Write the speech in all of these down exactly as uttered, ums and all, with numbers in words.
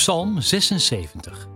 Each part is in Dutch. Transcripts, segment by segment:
Psalm zesenzeventig.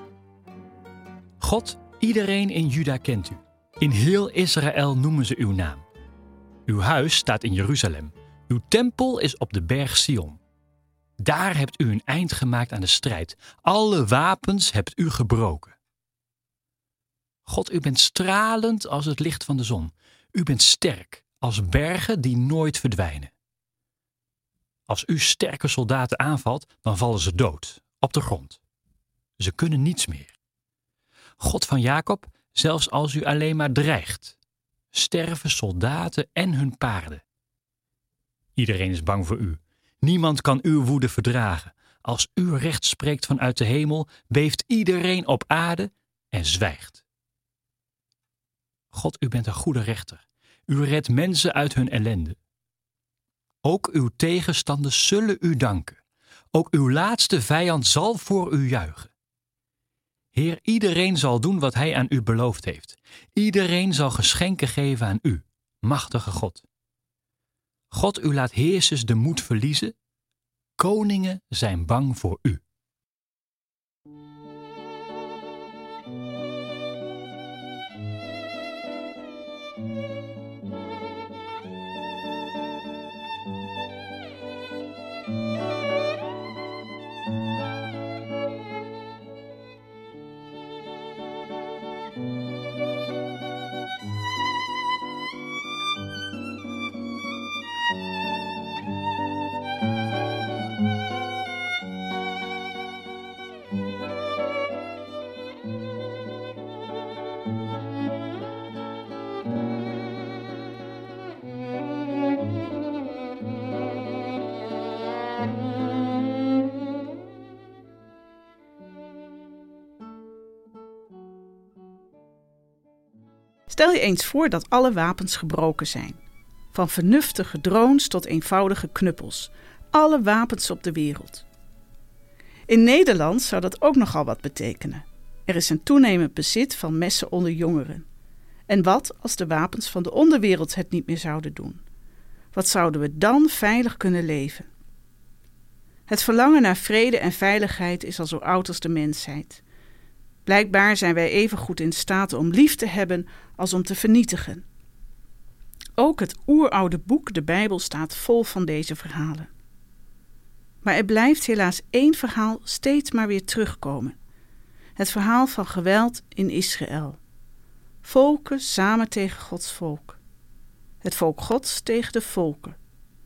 God, iedereen in Juda kent u. In heel Israël noemen ze uw naam. Uw huis staat in Jeruzalem. Uw tempel is op de berg Sion. Daar hebt u een eind gemaakt aan de strijd. Alle wapens hebt u gebroken. God, u bent stralend als het licht van de zon. U bent sterk als bergen die nooit verdwijnen. Als u sterke soldaten aanvalt, dan vallen ze dood, op de grond. Ze kunnen niets meer. God van Jacob, zelfs als u alleen maar dreigt, sterven soldaten en hun paarden. Iedereen is bang voor u. Niemand kan uw woede verdragen. Als u recht spreekt vanuit de hemel, beeft iedereen op aarde en zwijgt. God, u bent een goede rechter. U redt mensen uit hun ellende. Ook uw tegenstanders zullen u danken. Ook uw laatste vijand zal voor u juichen. Heer, iedereen zal doen wat hij aan u beloofd heeft. Iedereen zal geschenken geven aan u, machtige God. God, u laat heersers de moed verliezen. Koningen zijn bang voor u. Stel je eens voor dat alle wapens gebroken zijn. Van vernuftige drones tot eenvoudige knuppels. Alle wapens op de wereld. In Nederland zou dat ook nogal wat betekenen. Er is een toenemend bezit van messen onder jongeren. En wat als de wapens van de onderwereld het niet meer zouden doen? Wat zouden we dan veilig kunnen leven? Het verlangen naar vrede en veiligheid is al zo oud als de mensheid. Blijkbaar zijn wij even goed in staat om lief te hebben als om te vernietigen. Ook het oeroude boek, de Bijbel, staat vol van deze verhalen. Maar er blijft helaas één verhaal steeds maar weer terugkomen. Het verhaal van geweld in Israël. Volken samen tegen Gods volk. Het volk Gods tegen de volken.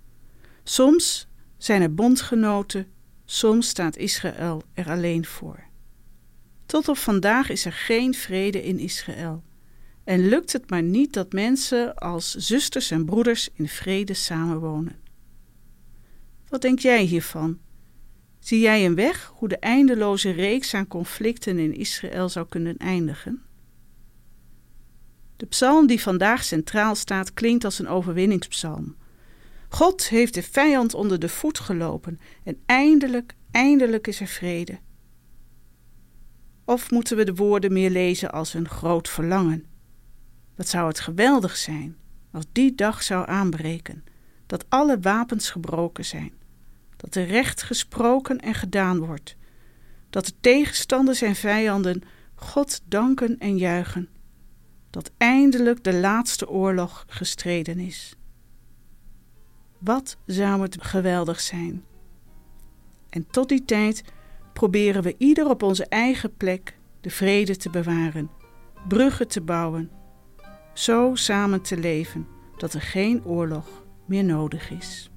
Soms zijn er bondgenoten, soms staat Israël er alleen voor. Tot op vandaag is er geen vrede in Israël. En lukt het maar niet dat mensen als zusters en broeders in vrede samenwonen. Wat denk jij hiervan? Zie jij een weg hoe de eindeloze reeks aan conflicten in Israël zou kunnen eindigen? De psalm die vandaag centraal staat klinkt als een overwinningspsalm. God heeft de vijand onder de voet gelopen en eindelijk, eindelijk is er vrede. Of moeten we de woorden meer lezen als een groot verlangen? Wat zou het geweldig zijn als die dag zou aanbreken, dat alle wapens gebroken zijn, dat er recht gesproken en gedaan wordt, dat de tegenstanders en vijanden God danken en juichen, dat eindelijk de laatste oorlog gestreden is. Wat zou het geweldig zijn? En tot die tijd proberen we ieder op onze eigen plek de vrede te bewaren, bruggen te bouwen, zo samen te leven dat er geen oorlog meer nodig is.